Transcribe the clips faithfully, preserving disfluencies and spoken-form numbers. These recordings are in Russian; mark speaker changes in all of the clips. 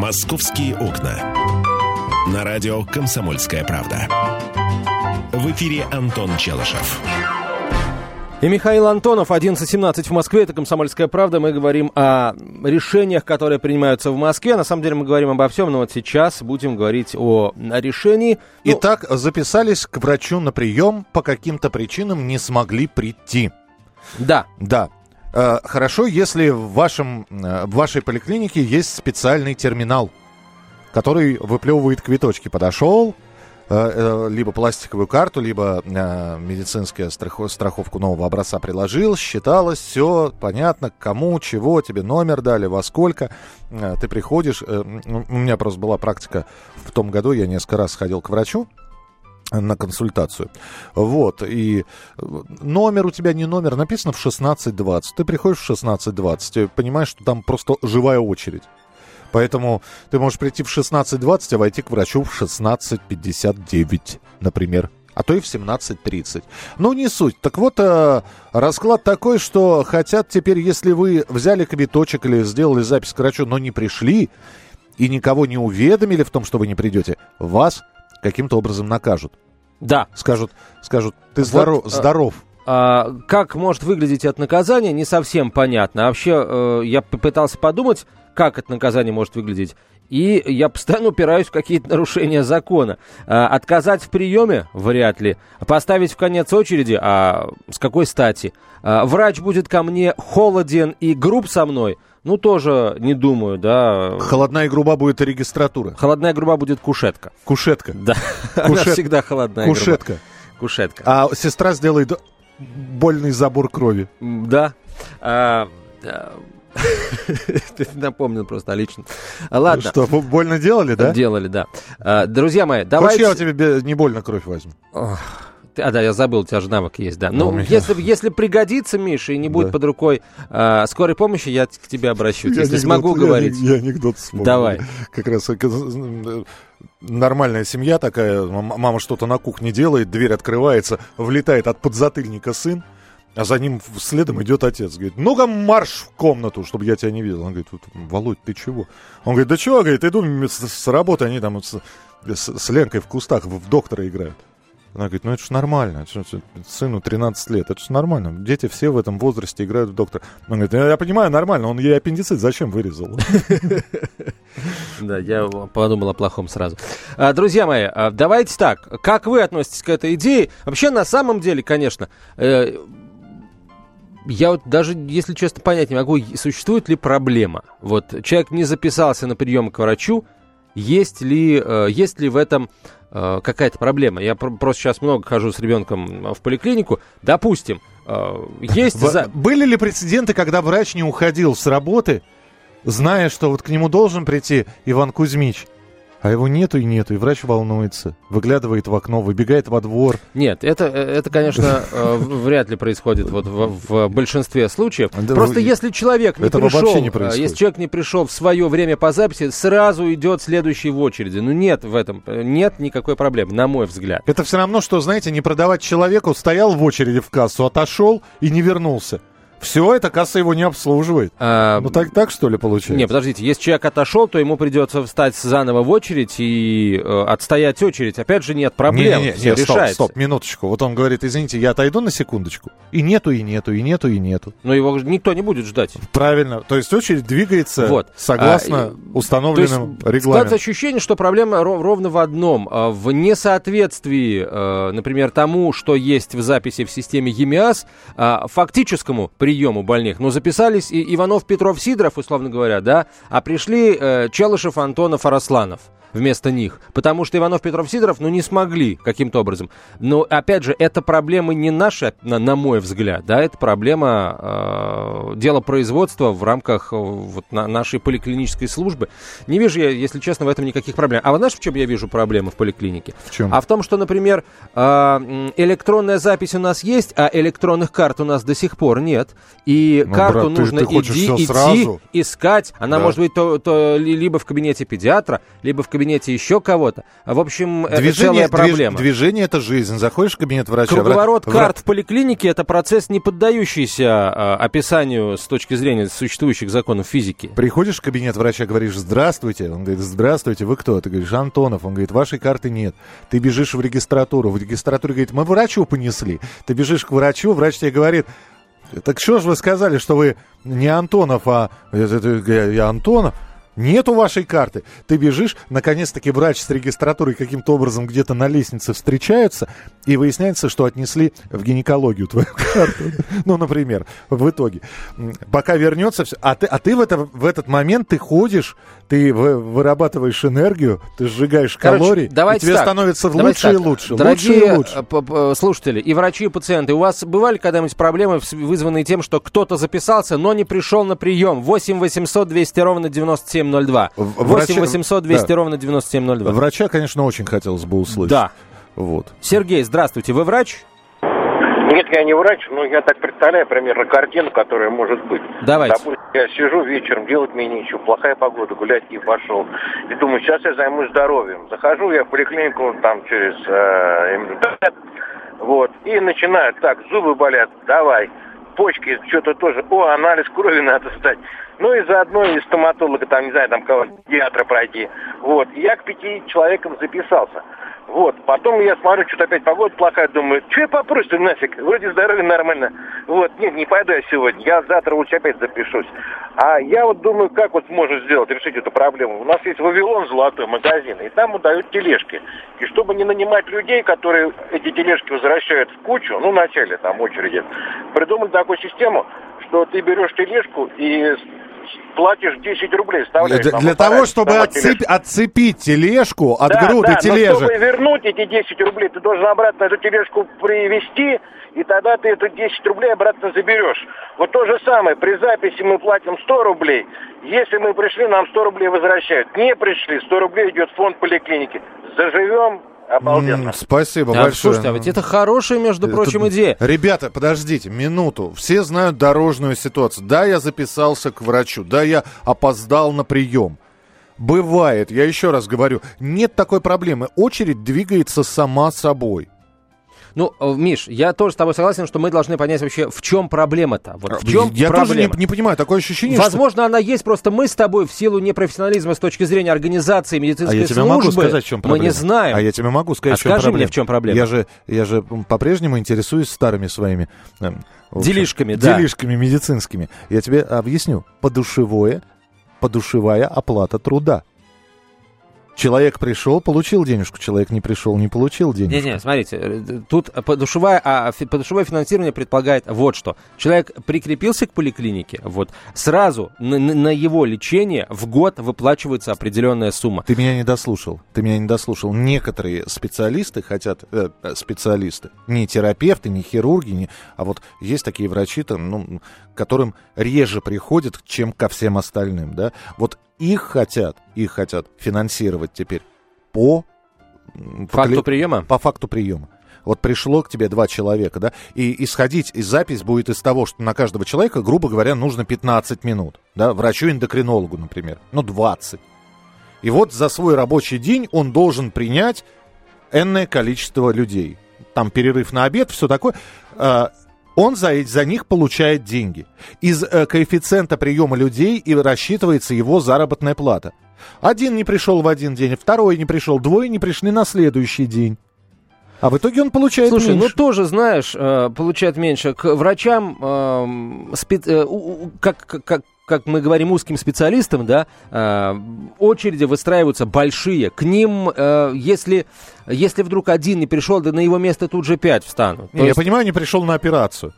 Speaker 1: «Московские окна». На радио «Комсомольская правда». В эфире Антон Челышев.
Speaker 2: И Михаил Антонов, одиннадцать семнадцать в Москве, это «Комсомольская правда». Мы говорим о решениях, которые принимаются в Москве. На самом деле мы говорим обо всем, но вот сейчас будем говорить о, о решении.
Speaker 3: Итак, записались к врачу на прием, по каким-то причинам не смогли прийти.
Speaker 2: Да.
Speaker 3: Да. Э, хорошо, если в, вашем, э, в вашей поликлинике есть специальный терминал, который выплевывает квиточки. Подошел, либо пластиковую карту, либо э, медицинскую страхов, страховку нового образца приложил, считалось, все понятно, кому, чего, тебе номер дали, во сколько. Э, ты приходишь, э, у меня просто была практика в том году, я несколько раз ходил к врачу на консультацию. Вот, и номер у тебя не номер, написано в шестнадцать двадцать. Ты приходишь в шестнадцать двадцать, и понимаешь, что там просто живая очередь. Поэтому ты можешь прийти в шестнадцать двадцать, а войти к врачу в шестнадцать пятьдесят девять, например. А то и в семнадцать тридцать. Ну, не суть. Так вот, э, расклад такой, что хотят теперь, если вы взяли квиточек или сделали запись к врачу, но не пришли, и никого не уведомили в том, что вы не придете, вас каким-то образом накажут.
Speaker 2: Да.
Speaker 3: Скажут, скажут ты здоров.
Speaker 2: Вот,
Speaker 3: здоров.
Speaker 2: А, как может выглядеть это наказание, не совсем понятно. А вообще, э, я попытался подумать, как это наказание может выглядеть. И я постоянно упираюсь в какие-то нарушения закона. А, отказать в приеме? Вряд ли. Поставить в конец очереди? А с какой стати? А, врач будет ко мне холоден и груб со мной? Ну, тоже не думаю, да.
Speaker 3: Холодная и груба будет регистратура.
Speaker 2: Холодная и груба будет кушетка.
Speaker 3: Кушетка.
Speaker 2: Да,
Speaker 3: Кушет...
Speaker 2: она всегда холодная и груба.
Speaker 3: Кушетка.
Speaker 2: Кушетка.
Speaker 3: А сестра сделает больный забор крови.
Speaker 2: Да. А, да. Ты напомнил просто лично. Ладно.
Speaker 3: Что, больно делали, да?
Speaker 2: Делали, да. А, друзья мои, давайте...
Speaker 3: Хочешь, я у тебя не больно кровь возьму?
Speaker 2: Ох. А, да, я забыл, у тебя же навык есть, да. Ну,
Speaker 3: меня...
Speaker 2: если, если пригодится, Миша, и не будет да. под рукой а, скорой помощи, я к тебе обращусь, я если анекдот, смогу
Speaker 3: я,
Speaker 2: говорить.
Speaker 3: Я, я анекдот вспомнил.
Speaker 2: Давай.
Speaker 3: Как раз нормальная семья такая, мама что-то на кухне делает, дверь открывается, влетает от подзатыльника сын, а за ним следом идет отец. Говорит, ну-ка марш в комнату, чтобы я тебя не видел. Он говорит, Володь, ты чего? Он говорит, да чего? Говорит, иду с, с работы, они там с, с, с Ленкой в кустах в доктора играют. Она говорит, ну это ж нормально, это ж, сыну тринадцать лет, это ж нормально, дети все в этом возрасте играют в доктора. Он говорит, я понимаю, нормально, он ей аппендицит зачем вырезал?
Speaker 2: Да, я подумал о плохом сразу. Друзья мои, давайте так, как вы относитесь к этой идее? Вообще, на самом деле, конечно, я вот даже, если честно, понять не могу, существует ли проблема. Вот человек не записался на прием к врачу, есть ли, есть ли в этом какая-то проблема. Я просто сейчас много хожу с ребенком в поликлинику. Допустим, есть...
Speaker 3: В,
Speaker 2: за...
Speaker 3: Были ли прецеденты, когда врач не уходил с работы, зная, что вот к нему должен прийти Иван Кузьмич, а его нету и нету, и врач волнуется, выглядывает в окно, выбегает во двор.
Speaker 2: Нет, это, это конечно, вряд ли происходит вот в, в большинстве случаев.
Speaker 3: Да,
Speaker 2: Просто
Speaker 3: вы...
Speaker 2: если человек не пришел,
Speaker 3: не
Speaker 2: если человек не пришел в свое время по записи, сразу идет следующий в очереди. Ну нет в этом, нет никакой проблемы, на мой взгляд.
Speaker 3: Это все равно, что, знаете, не продавать человеку, стоял в очереди в кассу, отошел и не вернулся. Все, эта касса его не обслуживает. А, ну так, так что ли получается?
Speaker 2: Не, подождите, если человек отошел, то ему придется встать заново в очередь и э, отстоять очередь. Опять же, нет проблем,
Speaker 3: не, не, не,
Speaker 2: все
Speaker 3: не,
Speaker 2: решается.
Speaker 3: Стоп, стоп, минуточку. Вот он говорит, извините, я отойду на секундочку. И нету, и нету, и нету, и нету.
Speaker 2: Но его никто не будет ждать.
Speaker 3: Правильно. То есть очередь двигается
Speaker 2: вот.
Speaker 3: согласно а, установленным регламентам.
Speaker 2: Складывается ощущение, что проблема ров- ровно в одном. В несоответствии, э, например, тому, что есть в записи в системе ЕМИАС, э, фактическому приему больных. Ну, записались и Иванов, Петров, Сидоров, условно говоря, да, а пришли э, Челышев, Антонов, Арасланов вместо них. Потому что Иванов, Петров, Сидоров, ну, не смогли каким-то образом. Но, опять же, это проблема не наша, на, на мой взгляд, да, это проблема э, дела производства в рамках э, вот, на, нашей поликлинической службы. Не вижу я, если честно, в этом никаких проблем. А вы знаешь, в чем я вижу проблемы в поликлинике?
Speaker 3: В чем?
Speaker 2: А в том, что, например, э, электронная запись у нас есть, а электронных карт у нас до сих пор нет. И ну, карту брат, нужно ты, ты иди, идти, сразу? искать. Она да. может быть то, то либо в кабинете педиатра, либо в кабинете кабинете еще кого-то. В общем,
Speaker 3: движение,
Speaker 2: это целая проблема.
Speaker 3: Движ, движение – это жизнь. Заходишь в кабинет врача.
Speaker 2: Круговорот
Speaker 3: вра...
Speaker 2: карт в поликлинике – это процесс, не поддающийся а, описанию с точки зрения существующих законов физики.
Speaker 3: Приходишь в кабинет врача, говоришь «Здравствуйте». Он говорит «Здравствуйте, вы кто?» Ты говоришь «Антонов». Он говорит «Вашей карты нет». Ты бежишь в регистратуру. В регистратуре говорит «Мы врачу понесли». Ты бежишь к врачу, врач тебе говорит «Так что же вы сказали, что вы не Антонов, а...» «Я, я Антонов». Нету вашей карты. Ты бежишь, наконец-таки врач с регистратурой каким-то образом где-то на лестнице встречаются, и выясняется, что отнесли в гинекологию твою карту. Ну, например, в итоге. Пока вернется все. А ты, а ты в, это, в этот момент ты ходишь, ты вырабатываешь энергию, ты сжигаешь калории, и тебе
Speaker 2: так.
Speaker 3: становится
Speaker 2: давайте
Speaker 3: лучше
Speaker 2: так.
Speaker 3: и лучше.
Speaker 2: Дорогие
Speaker 3: лучше и лучше.
Speaker 2: слушатели, и врачи, и пациенты, у вас бывали когда-нибудь проблемы, вызванные тем, что кто-то записался, но не пришел на прием? восемь восемьсот двести ровно девяносто семь ноль два. восемь восемьсот двести ровно девяносто семь ноль два.
Speaker 3: Врача, конечно, очень хотелось бы услышать.
Speaker 2: Да.
Speaker 3: Вот.
Speaker 2: Сергей, здравствуйте. Вы врач?
Speaker 4: Нет, я не врач, но я так представляю примерно картину, которая может быть.
Speaker 2: Давайте.
Speaker 4: Допустим, я сижу вечером, делать мне нечего, плохая погода, гулять не пошел. И думаю, сейчас я займусь здоровьем. Захожу я в поликлинику там через э, вот, и начинаю, так, зубы болят, давай, почки, что-то тоже, о, анализ крови надо сдать. Ну и заодно и стоматолога, там, не знаю, там кого-то, педиатра пройти. Вот, я к пяти человекам записался. Вот, потом я смотрю, что-то опять погода плохая, думаю, что я попрусь-то нафиг, вроде здоровье нормально. Вот, нет, не пойду я сегодня, я завтра лучше опять запишусь. А я вот думаю, как вот можно сделать, решить эту проблему. У нас есть Вавилон золотой магазин, и там удают тележки. И чтобы не нанимать людей, которые эти тележки возвращают в кучу, ну, в начале там очереди, придумали такую систему, что ты берешь тележку и платишь десять рублей, вставляешь.
Speaker 3: Для, для того, чтобы отцеп, отцепить тележку от да, груды да, тележек.
Speaker 4: Но чтобы вернуть эти десять рублей, ты должен обратно эту тележку привезти, и тогда ты эту десять рублей обратно заберешь. Вот то же самое, при записи мы платим сто рублей, если мы пришли, нам сто рублей возвращают. Не пришли, сто рублей идет в фонд поликлиники. Заживем. Обалденно.
Speaker 3: Mm, спасибо
Speaker 2: а,
Speaker 3: большое.
Speaker 2: Слушайте, а ведь это хорошая, между прочим, это, идея.
Speaker 3: Ребята, подождите, минуту. Все знают дорожную ситуацию. Да, я записался к врачу. Да, я опоздал на прием. Бывает, я еще раз говорю, нет такой проблемы. Очередь двигается сама собой.
Speaker 2: Ну, Миш, я тоже с тобой согласен, что мы должны понять вообще, в чем проблема-то. Вот в чем
Speaker 3: я
Speaker 2: проблема?
Speaker 3: тоже не, не понимаю, такое ощущение,
Speaker 2: Возможно,
Speaker 3: что...
Speaker 2: она есть, просто мы с тобой в силу непрофессионализма с точки зрения организации медицинской
Speaker 3: а я тебе
Speaker 2: службы,
Speaker 3: могу сказать, в чем проблема.
Speaker 2: Мы не знаем.
Speaker 3: А я тебе могу сказать,
Speaker 2: а
Speaker 3: в чем
Speaker 2: скажи
Speaker 3: проблема.
Speaker 2: мне, в чем проблема.
Speaker 3: Я же, я же по-прежнему интересуюсь старыми своими... Э, общем,
Speaker 2: делишками, да.
Speaker 3: Делишками медицинскими. Я тебе объясню. Подушевое, подушевая оплата труда. Человек пришел, получил денежку, человек не пришел, не получил денежку.
Speaker 2: Не-не, смотрите, тут подушевое, а подушевое финансирование предполагает вот что. Человек прикрепился к поликлинике, вот, сразу на, на его лечение в год выплачивается определенная сумма.
Speaker 3: Ты меня не дослушал, ты меня не дослушал. Некоторые специалисты хотят, э, специалисты, не терапевты, не хирурги, не, а вот есть такие врачи-то, ну, которым реже приходят, чем ко всем остальным, да, вот. Их хотят, их хотят финансировать теперь по...
Speaker 2: Факту
Speaker 3: по,
Speaker 2: приема?
Speaker 3: По факту приема. Вот пришло к тебе два человека, да, и исходить из запись будет из того, что на каждого человека, грубо говоря, нужно пятнадцать минут, да, врачу-эндокринологу, например, ну, двадцать. И вот за свой рабочий день он должен принять энное количество людей. Там перерыв на обед, все такое... Он за, за них получает деньги. Из э, коэффициента приема людей и рассчитывается его заработная плата. Один не пришел в один день, второй не пришел, двое не пришли на следующий день. А в итоге он получает
Speaker 2: Слушай,
Speaker 3: меньше.
Speaker 2: ну тоже, знаешь, э, получает меньше. К врачам, э, спе- э, у, как, как, как мы говорим, узким специалистам, да, э, очереди выстраиваются большие. К ним, э, если, если вдруг один не пришел, да на его место тут же пять встанут.
Speaker 3: Не, я есть... понимаю, не пришел на операцию.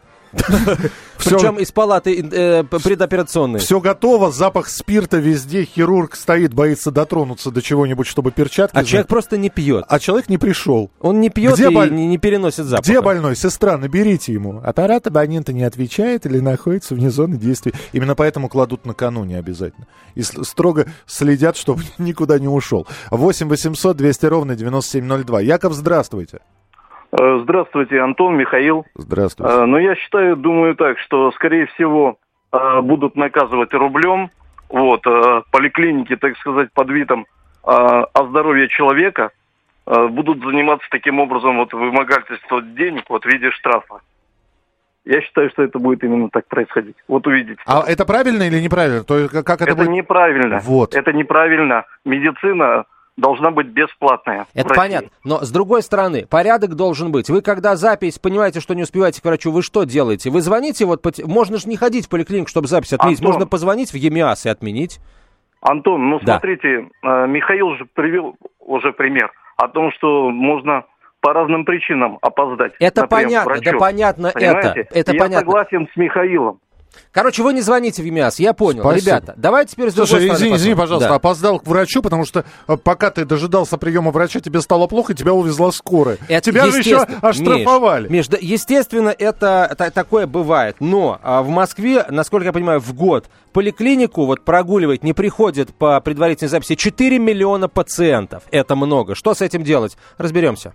Speaker 2: Причем из палаты э, предоперационной.
Speaker 3: Все готово, запах спирта везде, хирург стоит, боится дотронуться до чего-нибудь, чтобы перчатки...
Speaker 2: А человек просто не пьет.
Speaker 3: А человек не пришел.
Speaker 2: Он не пьет
Speaker 3: Где
Speaker 2: и
Speaker 3: боль...
Speaker 2: не, не переносит запах.
Speaker 3: Где больной? Сестра, наберите ему. Аппарат абонента не отвечает или находится вне зоны действия. Именно поэтому кладут накануне обязательно. И строго следят, чтобы никуда не ушел. восемь восемьсот двести ровно девяносто семь ноль два. Яков, здравствуйте.
Speaker 5: Здравствуйте, Антон, Михаил.
Speaker 3: Здравствуйте.
Speaker 5: Но я считаю, думаю так, что, скорее всего, будут наказывать рублем. Вот, поликлиники, так сказать, под видом о здоровье человека, будут заниматься таким образом вот вымогательство денег вот в виде штрафа. Я считаю, что это будет именно так происходить. Вот увидите.
Speaker 3: А это правильно или неправильно? То есть, как это
Speaker 5: это
Speaker 3: будет?
Speaker 5: неправильно.
Speaker 3: Вот.
Speaker 5: Это неправильно. Медицина должна быть бесплатная.
Speaker 2: Это понятно. Но, с другой стороны, порядок должен быть. Вы, когда запись, понимаете, что не успеваете к врачу, вы что делаете? Вы звоните, вот, по... можно же не ходить в поликлинику, чтобы запись отменить.
Speaker 5: Антон,
Speaker 2: можно позвонить в ЕМИАС и отменить.
Speaker 5: Антон, ну
Speaker 2: да.
Speaker 5: смотрите, Михаил же привел уже пример о том, что можно по разным причинам опоздать.
Speaker 2: Это
Speaker 5: например,
Speaker 2: понятно,
Speaker 5: врачу.
Speaker 2: да понятно
Speaker 5: Понимаете?
Speaker 2: это. Это
Speaker 5: Я
Speaker 2: понятно.
Speaker 5: согласен с Михаилом.
Speaker 2: Короче, вы не звоните в ЕМИАС, я понял.
Speaker 3: Спасибо.
Speaker 2: Ребята, давайте теперь с другой
Speaker 3: Слушай,
Speaker 2: стороны
Speaker 3: извини, извини,
Speaker 2: посмотрим.
Speaker 3: пожалуйста,
Speaker 2: Да.
Speaker 3: опоздал к врачу, потому что э, пока ты дожидался приема врача, тебе стало плохо, тебя увезла скорая.
Speaker 2: Это
Speaker 3: Тебя же еще
Speaker 2: естественно.
Speaker 3: оштрафовали.
Speaker 2: Миш, Миш, да, естественно, это та- такое бывает. Но а, в Москве, насколько я понимаю, в год поликлинику вот прогуливать не приходит по предварительной записи четыре миллиона пациентов. Это много. Что с этим делать? Разберемся.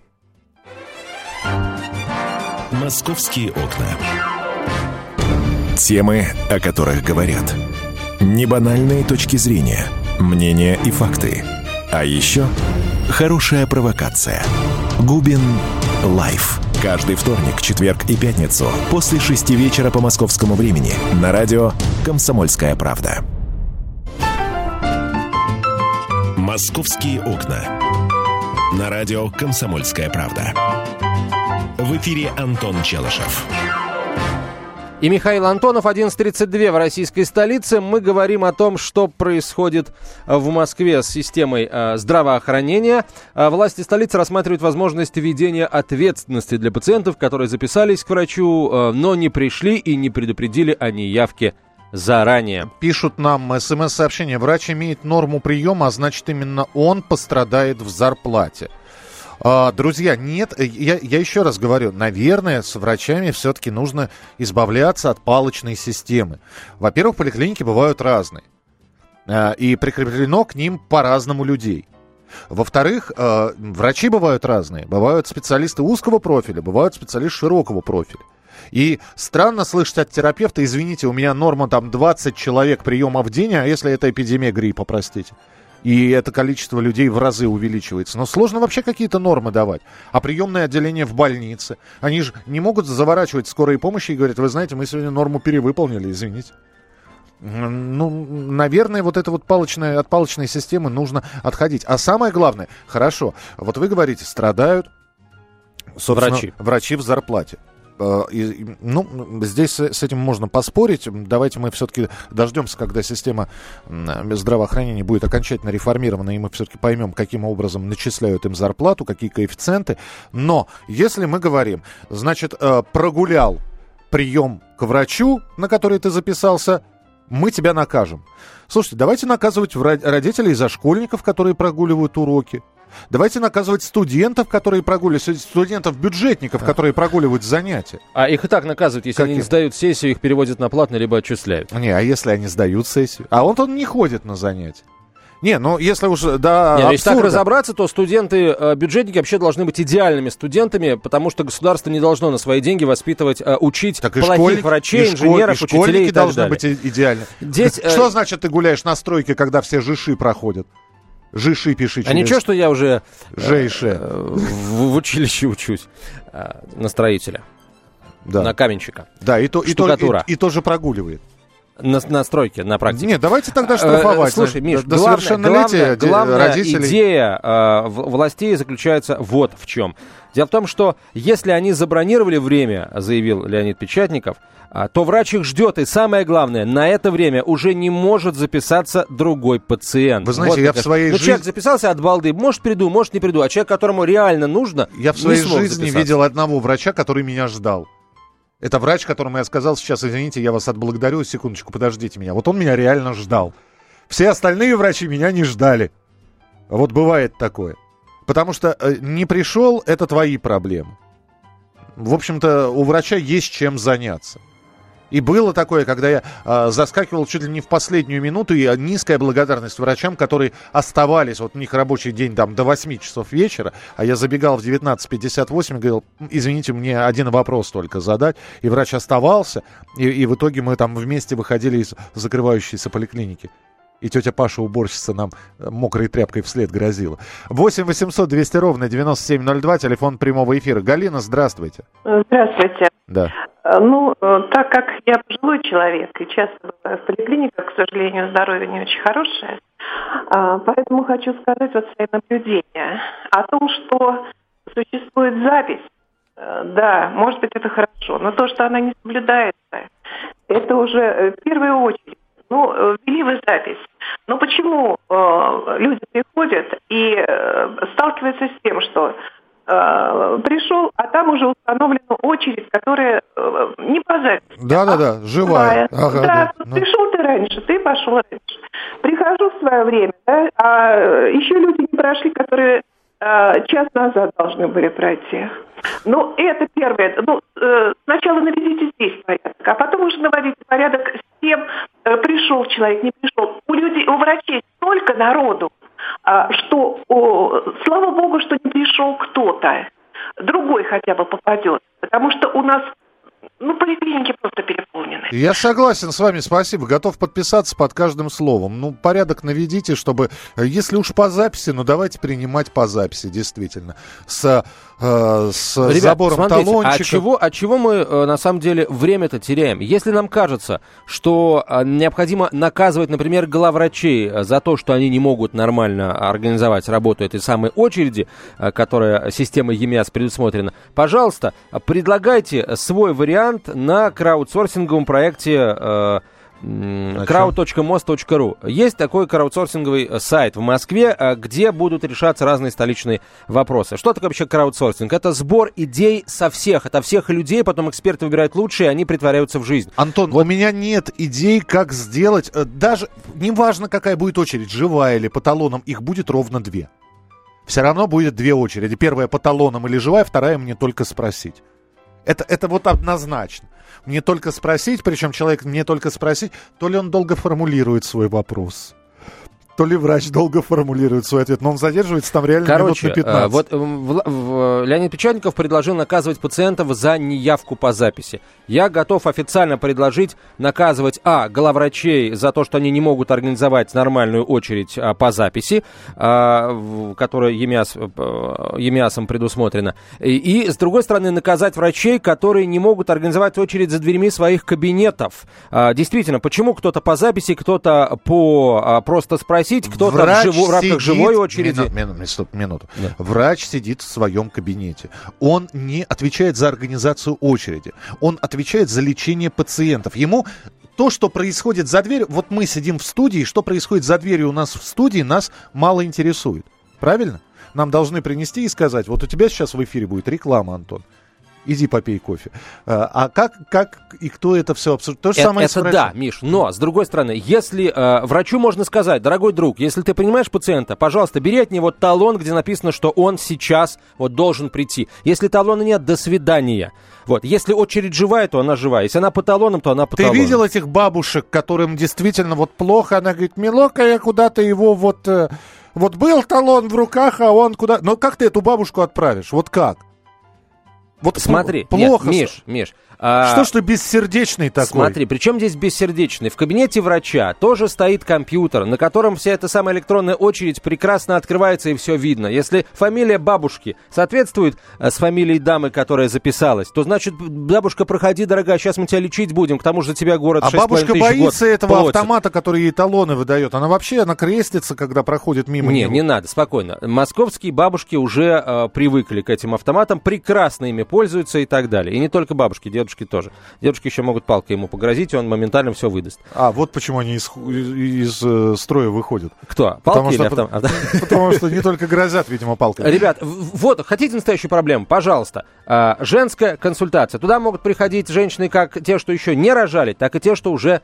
Speaker 1: «Московские окна». Темы, о которых говорят. Небанальные точки зрения, мнения и факты. А еще хорошая провокация. Губин Лайф. Каждый вторник, четверг и пятницу после шести вечера по московскому времени на радио «Комсомольская правда». «Московские окна». На радио «Комсомольская правда». В эфире Антон Челышев.
Speaker 2: И Михаил Антонов, одиннадцать тридцать два в российской столице. Мы говорим о том, что происходит в Москве с системой э, здравоохранения. Э, власти столицы рассматривают возможность введения ответственности для пациентов, которые записались к врачу, э, но не пришли и не предупредили о неявке заранее.
Speaker 3: Пишут нам смс-сообщение. Врач имеет норму приема, а значит, именно он пострадает в зарплате. А, друзья, нет, я, я еще раз говорю, наверное, с врачами все-таки нужно избавляться от палочной системы. Во-первых, поликлиники бывают разные. А, и прикреплено к ним по-разному людей. Во-вторых, а, врачи бывают разные. Бывают специалисты узкого профиля, бывают специалисты широкого профиля. И странно слышать от терапевта: извините, у меня норма там двадцать человек приема в день, а если это эпидемия гриппа, простите. И это количество людей в разы увеличивается. Но сложно вообще какие-то нормы давать. А приемное отделение в больнице, они же не могут заворачивать скорой помощи и говорят: вы знаете, мы сегодня норму перевыполнили, извините. Ну, наверное, вот это вот палочное, от палочной системы нужно отходить. А самое главное, хорошо, вот вы говорите, страдают, собственно,
Speaker 2: Врачи.
Speaker 3: врачи в зарплате. И, ну, здесь с этим можно поспорить. Давайте мы все-таки дождемся, когда система здравоохранения будет окончательно реформирована, и мы все-таки поймем, каким образом начисляют им зарплату, какие коэффициенты. Но если мы говорим, значит, прогулял прием к врачу, на который ты записался, мы тебя накажем. Слушайте, давайте наказывать родителей за школьников, которые прогуливают уроки. Давайте наказывать студентов, которые прогуливают, студентов-бюджетников, которые прогуливают занятия.
Speaker 2: А их и так наказывают, если
Speaker 3: Каким?
Speaker 2: они не сдают сессию, их переводят на платно, либо отчисляют.
Speaker 3: Не, а если они сдают сессию? А он, он не ходит на занятия. Не, ну если уж до
Speaker 2: Нет, если так
Speaker 3: абсурда.
Speaker 2: разобраться, то студенты-бюджетники вообще должны быть идеальными студентами, потому что государство не должно на свои деньги воспитывать, э, учить
Speaker 3: Так и
Speaker 2: плохих
Speaker 3: школьники,
Speaker 2: врачей,
Speaker 3: и
Speaker 2: инженеров,
Speaker 3: школь, и
Speaker 2: учителей и так
Speaker 3: должны
Speaker 2: далее.
Speaker 3: быть и- идеальны.
Speaker 2: Здесь, э,
Speaker 3: Что значит, ты гуляешь на стройке, когда все жиши проходят? Жиши пиши.
Speaker 2: А ничего, что я уже э,
Speaker 3: Жейше.
Speaker 2: в, в училище учусь э, на строителя,
Speaker 3: Да.
Speaker 2: на каменщика,
Speaker 3: Да, и, то, и, то,
Speaker 2: штукатура.
Speaker 3: и, и тоже прогуливает.
Speaker 2: на, на стройке, на практике.
Speaker 3: Нет, давайте тогда
Speaker 2: Э,
Speaker 3: штрафовать.
Speaker 2: Слушай, Миш,
Speaker 3: до
Speaker 2: главное-
Speaker 3: совершеннолетия
Speaker 2: главное-
Speaker 3: де-
Speaker 2: главная
Speaker 3: родителей.
Speaker 2: идея э, в- властей заключается вот в чем. Дело в том, что если они забронировали время, заявил Леонид Печатников, а, то врач их ждет. И самое главное, на это время уже не может записаться другой пациент.
Speaker 3: Вы знаете, я в
Speaker 2: как.
Speaker 3: своей
Speaker 2: Ну,
Speaker 3: жизни-
Speaker 2: человек записался от балды, может приду, может не приду. А человек, которому реально нужно,
Speaker 3: Я в
Speaker 2: не
Speaker 3: своей
Speaker 2: смог
Speaker 3: жизни
Speaker 2: записаться.
Speaker 3: видел одного врача, который меня ждал. Это врач, которому я сказал: сейчас, извините, я вас отблагодарю, секундочку, подождите меня. Вот он меня реально ждал. Все остальные врачи меня не ждали. Вот бывает такое. Потому что э, не пришел, это твои проблемы. В общем-то, у врача есть чем заняться. И было такое, когда я э, заскакивал чуть ли не в последнюю минуту, и низкая благодарность врачам, которые оставались, вот у них рабочий день там до восьми часов вечера, а я забегал в девятнадцать пятьдесят восемь и говорил: извините, мне один вопрос только задать. И врач оставался, и, и в итоге мы там вместе выходили из закрывающейся поликлиники. И тетя Паша, уборщица, нам мокрой тряпкой вслед грозила. восемь восемьсот двести ровно девяносто семь ноль два, телефон прямого эфира. Галина, здравствуйте.
Speaker 6: Здравствуйте.
Speaker 3: Да.
Speaker 6: Ну, так как я пожилой человек и часто бываю в поликлиниках, к сожалению, здоровье не очень хорошее, поэтому хочу сказать вот свои наблюдения о том, что существует запись. Да, может быть, это хорошо, но то, что она не соблюдается, это уже в первую очередь. Ну, ввели вы запись. Но почему э, люди приходят и э, сталкиваются с тем, что э, пришел, а там уже установлена очередь, которая э, не по записи.
Speaker 3: Да-да-да,
Speaker 6: а
Speaker 3: живая. Ага,
Speaker 6: да,
Speaker 3: да.
Speaker 6: Пришел ты раньше, ты пошел раньше. Прихожу в свое время, да, а еще люди не прошли, которые э, час назад должны были пройти. Ну, это первое. Ну, э, сначала наведите здесь порядок, а потом уже наводите порядок с тем, э, пришел человек, не пришел. У людей, у врачей столько народу, э, что, э, слава богу, что не пришел кто-то. Другой хотя бы попадет. Потому что у нас, ну, поликлиники просто переполнены.
Speaker 3: Я согласен с вами, спасибо. Готов подписаться под каждым словом. Ну, порядок наведите, чтобы, если уж по записи, ну, давайте принимать по записи, действительно. С, э, с
Speaker 2: Ребят,
Speaker 3: забором
Speaker 2: смотрите,
Speaker 3: талончика.
Speaker 2: А чего, а чего мы, э, на самом деле, время-то теряем? Если нам кажется, что э, необходимо наказывать, например, главврачей за то, что они не могут нормально организовать работу этой самой очереди, э, которая системой ЕМИАС предусмотрена, пожалуйста, предлагайте свой вариант на краудсорсинговом проекте э, крауд точка мост точка ру. Есть такой краудсорсинговый сайт в Москве, где будут решаться разные столичные вопросы. Что такое вообще краудсорсинг? Это сбор идей со всех, это всех людей, потом эксперты выбирают лучшие, и они притворяются в жизнь.
Speaker 3: Антон, вот. У меня нет идей, как сделать, даже неважно, какая будет очередь, живая или по талонам, их будет ровно две. Все равно будет две очереди. Первая по талонам или живая, вторая мне только спросить. Это, это вот однозначно. Мне только спросить, причем человек мне только спросить, то ли он долго формулирует свой вопрос, то ли врач долго формулирует свой ответ, но он задерживается там реально
Speaker 2: Короче,
Speaker 3: минут на пятнадцать.
Speaker 2: Вот в, в, Леонид Печатников предложил наказывать пациентов за неявку по записи. Я готов официально предложить наказывать, а, главврачей за то, что они не могут организовать нормальную очередь а, по записи, а, в, которая ЕМИАС, а, ЕМИАСом предусмотрена, и, и, с другой стороны, наказать врачей, которые не могут организовать очередь за дверьми своих кабинетов. А, действительно, почему кто-то по записи, кто-то по а, просто спросить, кто-то в, живо, в рамках сидит, живой очереди.
Speaker 3: Минуту, минуту, минуту. Да. Врач сидит в своем кабинете. Он не отвечает за организацию очереди. Он отвечает за лечение пациентов. Ему то, что происходит за дверью... Вот мы сидим в студии, что происходит за дверью у нас в студии, нас мало интересует. Правильно? Нам должны принести и сказать, вот у тебя сейчас в эфире будет реклама, Антон. Иди попей кофе. А как, как и кто это все обсуждает? То же
Speaker 2: это,
Speaker 3: самое
Speaker 2: это
Speaker 3: с врачом.
Speaker 2: Да, Миш, но, с другой стороны, если э, врачу можно сказать, дорогой друг, если ты понимаешь пациента, пожалуйста, бери от него талон, где написано, что он сейчас вот должен прийти. Если талона нет, до свидания. Вот. Если очередь живая, то она живая. Если она по талонам, то она по
Speaker 3: Ты
Speaker 2: талонам.
Speaker 3: видел этих бабушек, которым действительно вот плохо? Она говорит, милока, я куда-то его вот... Э, вот был талон в руках, а он куда... Но как ты эту бабушку отправишь? Вот как? Вот
Speaker 2: Смотри,
Speaker 3: плохо.
Speaker 2: Нет, Миш, Миш.
Speaker 3: Что ж ты бессердечный такой?
Speaker 2: Смотри, причем здесь бессердечный? В кабинете врача тоже стоит компьютер, на котором вся эта самая электронная очередь прекрасно открывается и все видно. Если фамилия бабушки соответствует с фамилией дамы, которая записалась, то значит, бабушка, проходи, дорогая, сейчас мы тебя лечить будем, к тому же за тебя город шесть с половиной тысяч год.
Speaker 3: А бабушка боится этого
Speaker 2: платит.
Speaker 3: Автомата, который ей талоны выдает. Она вообще, она крестится, когда проходит мимо
Speaker 2: Не,
Speaker 3: него.
Speaker 2: не надо, спокойно. Московские бабушки уже э, привыкли к этим автоматам, прекрасно ими пользуются и так далее. И не только бабушки, дедушки тоже. Дедушки еще могут палкой ему погрозить, и он моментально все выдаст. А,
Speaker 3: вот почему они из, из, из строя выходят.
Speaker 2: Кто? Палки
Speaker 3: потому
Speaker 2: или
Speaker 3: что,
Speaker 2: автомат?
Speaker 3: Потому что не только грозят, видимо, палкой.
Speaker 2: Ребят, вот, хотите настоящую проблему? Пожалуйста. Женская консультация. Туда могут приходить женщины как те, что еще не рожали, так и те, что уже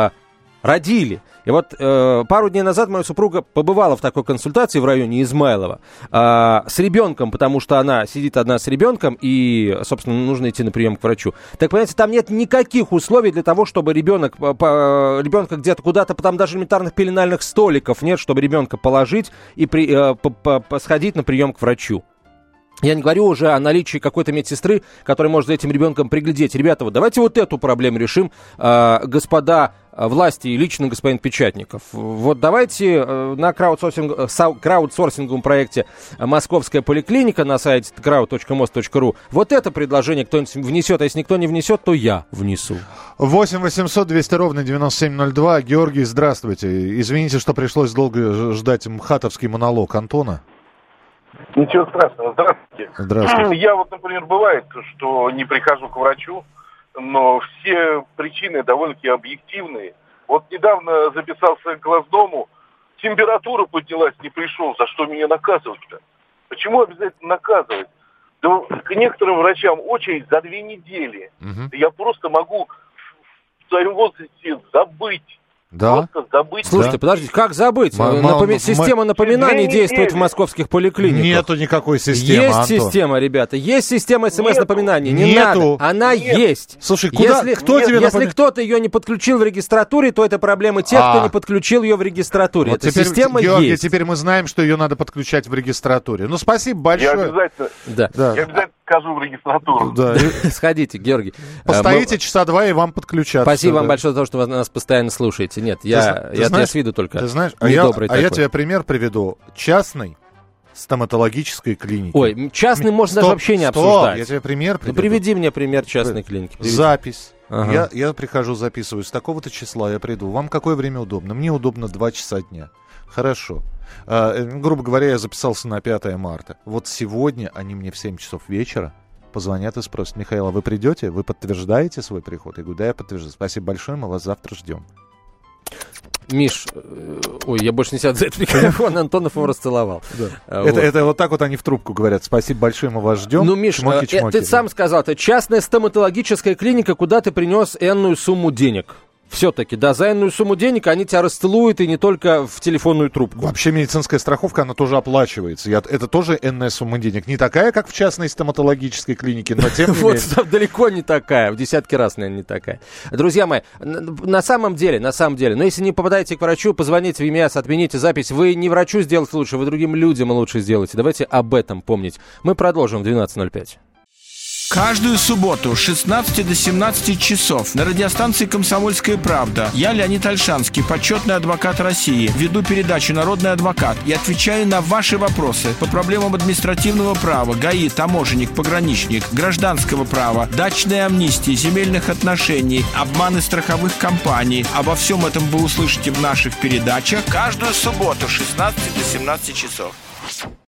Speaker 2: родили. И вот э, пару дней назад моя супруга побывала в такой консультации в районе Измайлова э, с ребенком, потому что она сидит одна с ребенком и, собственно, нужно идти на прием к врачу. Так, понимаете, там нет никаких условий для того, чтобы ребенок, по, по, ребенка где-то куда-то, там даже элементарных пеленальных столиков нет, чтобы ребенка положить и при, э, по, по, по, сходить на прием к врачу. Я не говорю уже о наличии какой-то медсестры, которая может за этим ребенком приглядеть. Ребята, вот давайте вот эту проблему решим, э, господа власти и лично господин Печатников. Вот давайте э, на краудсорсинг, са, краудсорсинговом проекте «Московская поликлиника» на сайте крауд точка мост точка ру вот это предложение кто-нибудь внесет, а если никто не внесет, то я внесу.
Speaker 3: восемь восемьсот двести ровно девяносто семь ноль два. Георгий, здравствуйте. Извините, что пришлось долго ждать мхатовский монолог Антона.
Speaker 7: Ничего страшного. Здравствуйте.
Speaker 3: Здравствуйте.
Speaker 7: Я вот, например, бывает, что не прихожу к врачу, но все причины довольно-таки объективные. Вот недавно записался к глазному, температура поднялась, не пришел. За что меня наказывать-то? Почему обязательно наказывать? Да к некоторым врачам очередь за две недели.
Speaker 3: Угу.
Speaker 7: Я просто могу в своем возрасте забыть.
Speaker 3: Да?
Speaker 7: Забыть.
Speaker 2: Слушайте,
Speaker 3: да.
Speaker 2: подождите, как забыть?
Speaker 3: М-
Speaker 2: Напоми...
Speaker 3: м-
Speaker 2: Система
Speaker 3: м-
Speaker 2: напоминаний
Speaker 7: Две
Speaker 2: действует
Speaker 7: недели.
Speaker 2: в московских поликлиниках.
Speaker 3: Нету никакой системы,
Speaker 2: Есть
Speaker 3: Антон.
Speaker 2: система, ребята, есть система смс-напоминаний. Не
Speaker 3: Нету.
Speaker 2: надо, она
Speaker 7: Нет.
Speaker 2: есть.
Speaker 3: Слушай, куда,
Speaker 2: Если,
Speaker 3: кто тебе
Speaker 2: если
Speaker 3: напоминает?
Speaker 2: кто-то ее не подключил в регистратуре, то это проблема тех,
Speaker 3: А.
Speaker 2: кто не подключил ее в регистратуре.
Speaker 3: Вот
Speaker 2: Эта
Speaker 3: теперь,
Speaker 2: система
Speaker 3: Георгий,
Speaker 2: есть.
Speaker 3: теперь мы знаем, что ее надо подключать в регистратуре. Ну, спасибо большое.
Speaker 7: Я обязательно,
Speaker 2: Да.
Speaker 3: Да.
Speaker 7: я обязательно скажу в регистратуру.
Speaker 3: Да.
Speaker 2: Сходите, Георгий.
Speaker 3: Постоите
Speaker 2: Мы-
Speaker 3: часа два, и вам подключат.
Speaker 2: Спасибо вам
Speaker 3: Да.
Speaker 2: большое за то, что вы нас постоянно слушаете. Нет, я,
Speaker 3: Ты зна- ты
Speaker 2: я,
Speaker 3: знаешь-
Speaker 2: я с виду только
Speaker 3: Ты знаешь, а я,
Speaker 2: недобрый
Speaker 3: а я
Speaker 2: такой.
Speaker 3: тебе пример приведу. Частной стоматологической клиники.
Speaker 2: Ой, частный можно
Speaker 3: Стоп,
Speaker 2: даже вообще не
Speaker 3: стоп,
Speaker 2: обсуждать.
Speaker 3: я тебе пример
Speaker 2: Ну,
Speaker 3: приведу.
Speaker 2: приведи мне пример частной клиники. Приведи.
Speaker 3: Запись.
Speaker 2: Ага.
Speaker 3: Я, я прихожу, записываю. С такого-то числа я приду. Вам какое время удобно? Мне удобно два часа дня. Хорошо. А, э, грубо говоря, я записался на пятое марта. Вот сегодня они мне в семь часов вечера позвонят и спросят: Михаил, а вы придете? Вы подтверждаете свой приход? Я говорю: да, я подтверждаю. Спасибо большое, мы вас завтра ждем.
Speaker 2: Миш, э, ой, я больше не сяду за этот микрофон, Антонов его расцеловал. А,
Speaker 3: Это,
Speaker 2: вот.
Speaker 3: это вот так вот они в трубку говорят. Спасибо большое, мы вас ждем.
Speaker 2: Ну, Миш,
Speaker 3: Чмоки,
Speaker 2: э,
Speaker 3: чмоки.
Speaker 2: ты сам сказал, это частная стоматологическая клиника, куда ты принес энную сумму денег. Все-таки, да, за энную сумму денег они тебя расцелуют, и не только в телефонную трубку.
Speaker 3: Вообще медицинская страховка, она тоже оплачивается. Я, это тоже энная сумма денег. Не такая, как в частной стоматологической клинике, но тем не
Speaker 2: Вот
Speaker 3: менее.
Speaker 2: там далеко не такая, в десятки раз, наверное, не такая. Друзья мои, на, на самом деле, на самом деле, но если не попадаете к врачу, позвоните в ЕМИАС, отмените запись. Вы не врачу сделаете лучше, вы другим людям лучше сделаете. Давайте об этом помнить. Мы продолжим в двенадцать ноль пять.
Speaker 8: Каждую субботу с шестнадцати до семнадцати часов на радиостанции «Комсомольская правда» я, Леонид Ольшанский, почетный адвокат России, веду передачу «Народный адвокат» и отвечаю на ваши вопросы по проблемам административного права, ГАИ, таможенник, пограничник, гражданского права, дачной амнистии, земельных отношений, обманы страховых компаний. Обо всем этом вы услышите в наших передачах каждую субботу с шестнадцати до семнадцати часов.